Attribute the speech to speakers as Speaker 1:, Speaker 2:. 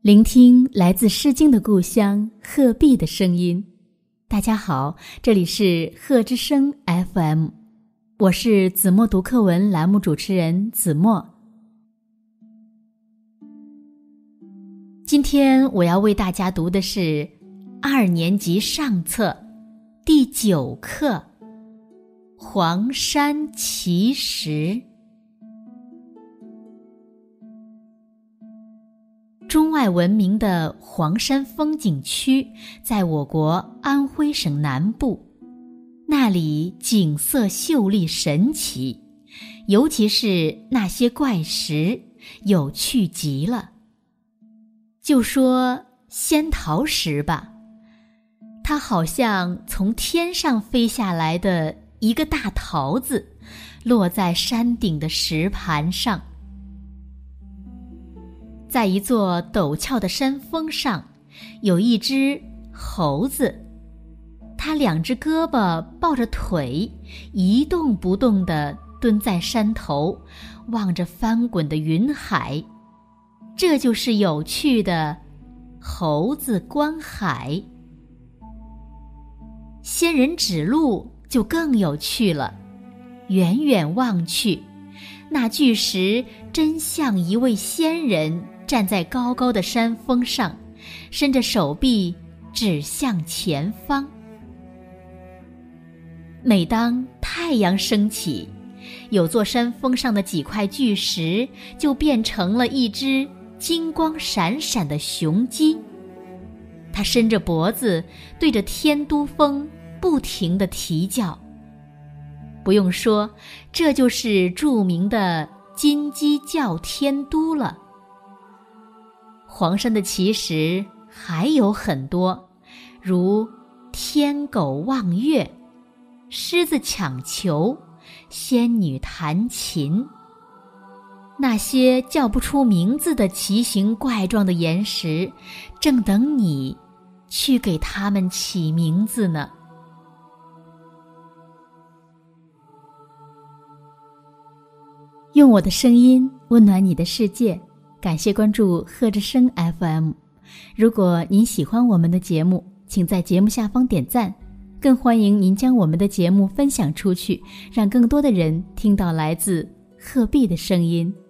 Speaker 1: 聆听来自诗经的故乡鹤壁的声音。大家好，这里是鹤之声 FM， 我是子墨读课文栏目主持人子墨。今天我要为大家读的是2年级上册第9课《黄山奇石》。中外闻名的黄山风景区在我国安徽省南部，那里景色秀丽神奇，尤其是那些怪石有趣极了。就说仙桃石吧，它好像从天上飞下来的一个大桃子，落在山顶的石盘上。在一座陡峭的山峰上，有一只猴子，它2只胳膊抱着腿，一动不动地蹲在山头，望着翻滚的云海。这就是有趣的猴子观海。仙人指路就更有趣了，远远望去，那巨石真像一位仙人站在高高的山峰上，伸着手臂指向前方。每当太阳升起，有座山峰上的几块巨石就变成了一只金光闪闪的雄鸡，它伸着脖子对着天都峰不停地啼叫。不用说，这就是著名的金鸡叫天都了。黄山的奇石还有很多，如天狗望月、狮子抢球、仙女弹琴。那些叫不出名字的奇形怪状的岩石，正等你去给它们起名字呢。用我的声音温暖你的世界，感谢关注鹤之声 FM。 如果您喜欢我们的节目，请在节目下方点赞，更欢迎您将我们的节目分享出去，让更多的人听到来自鹤壁的声音。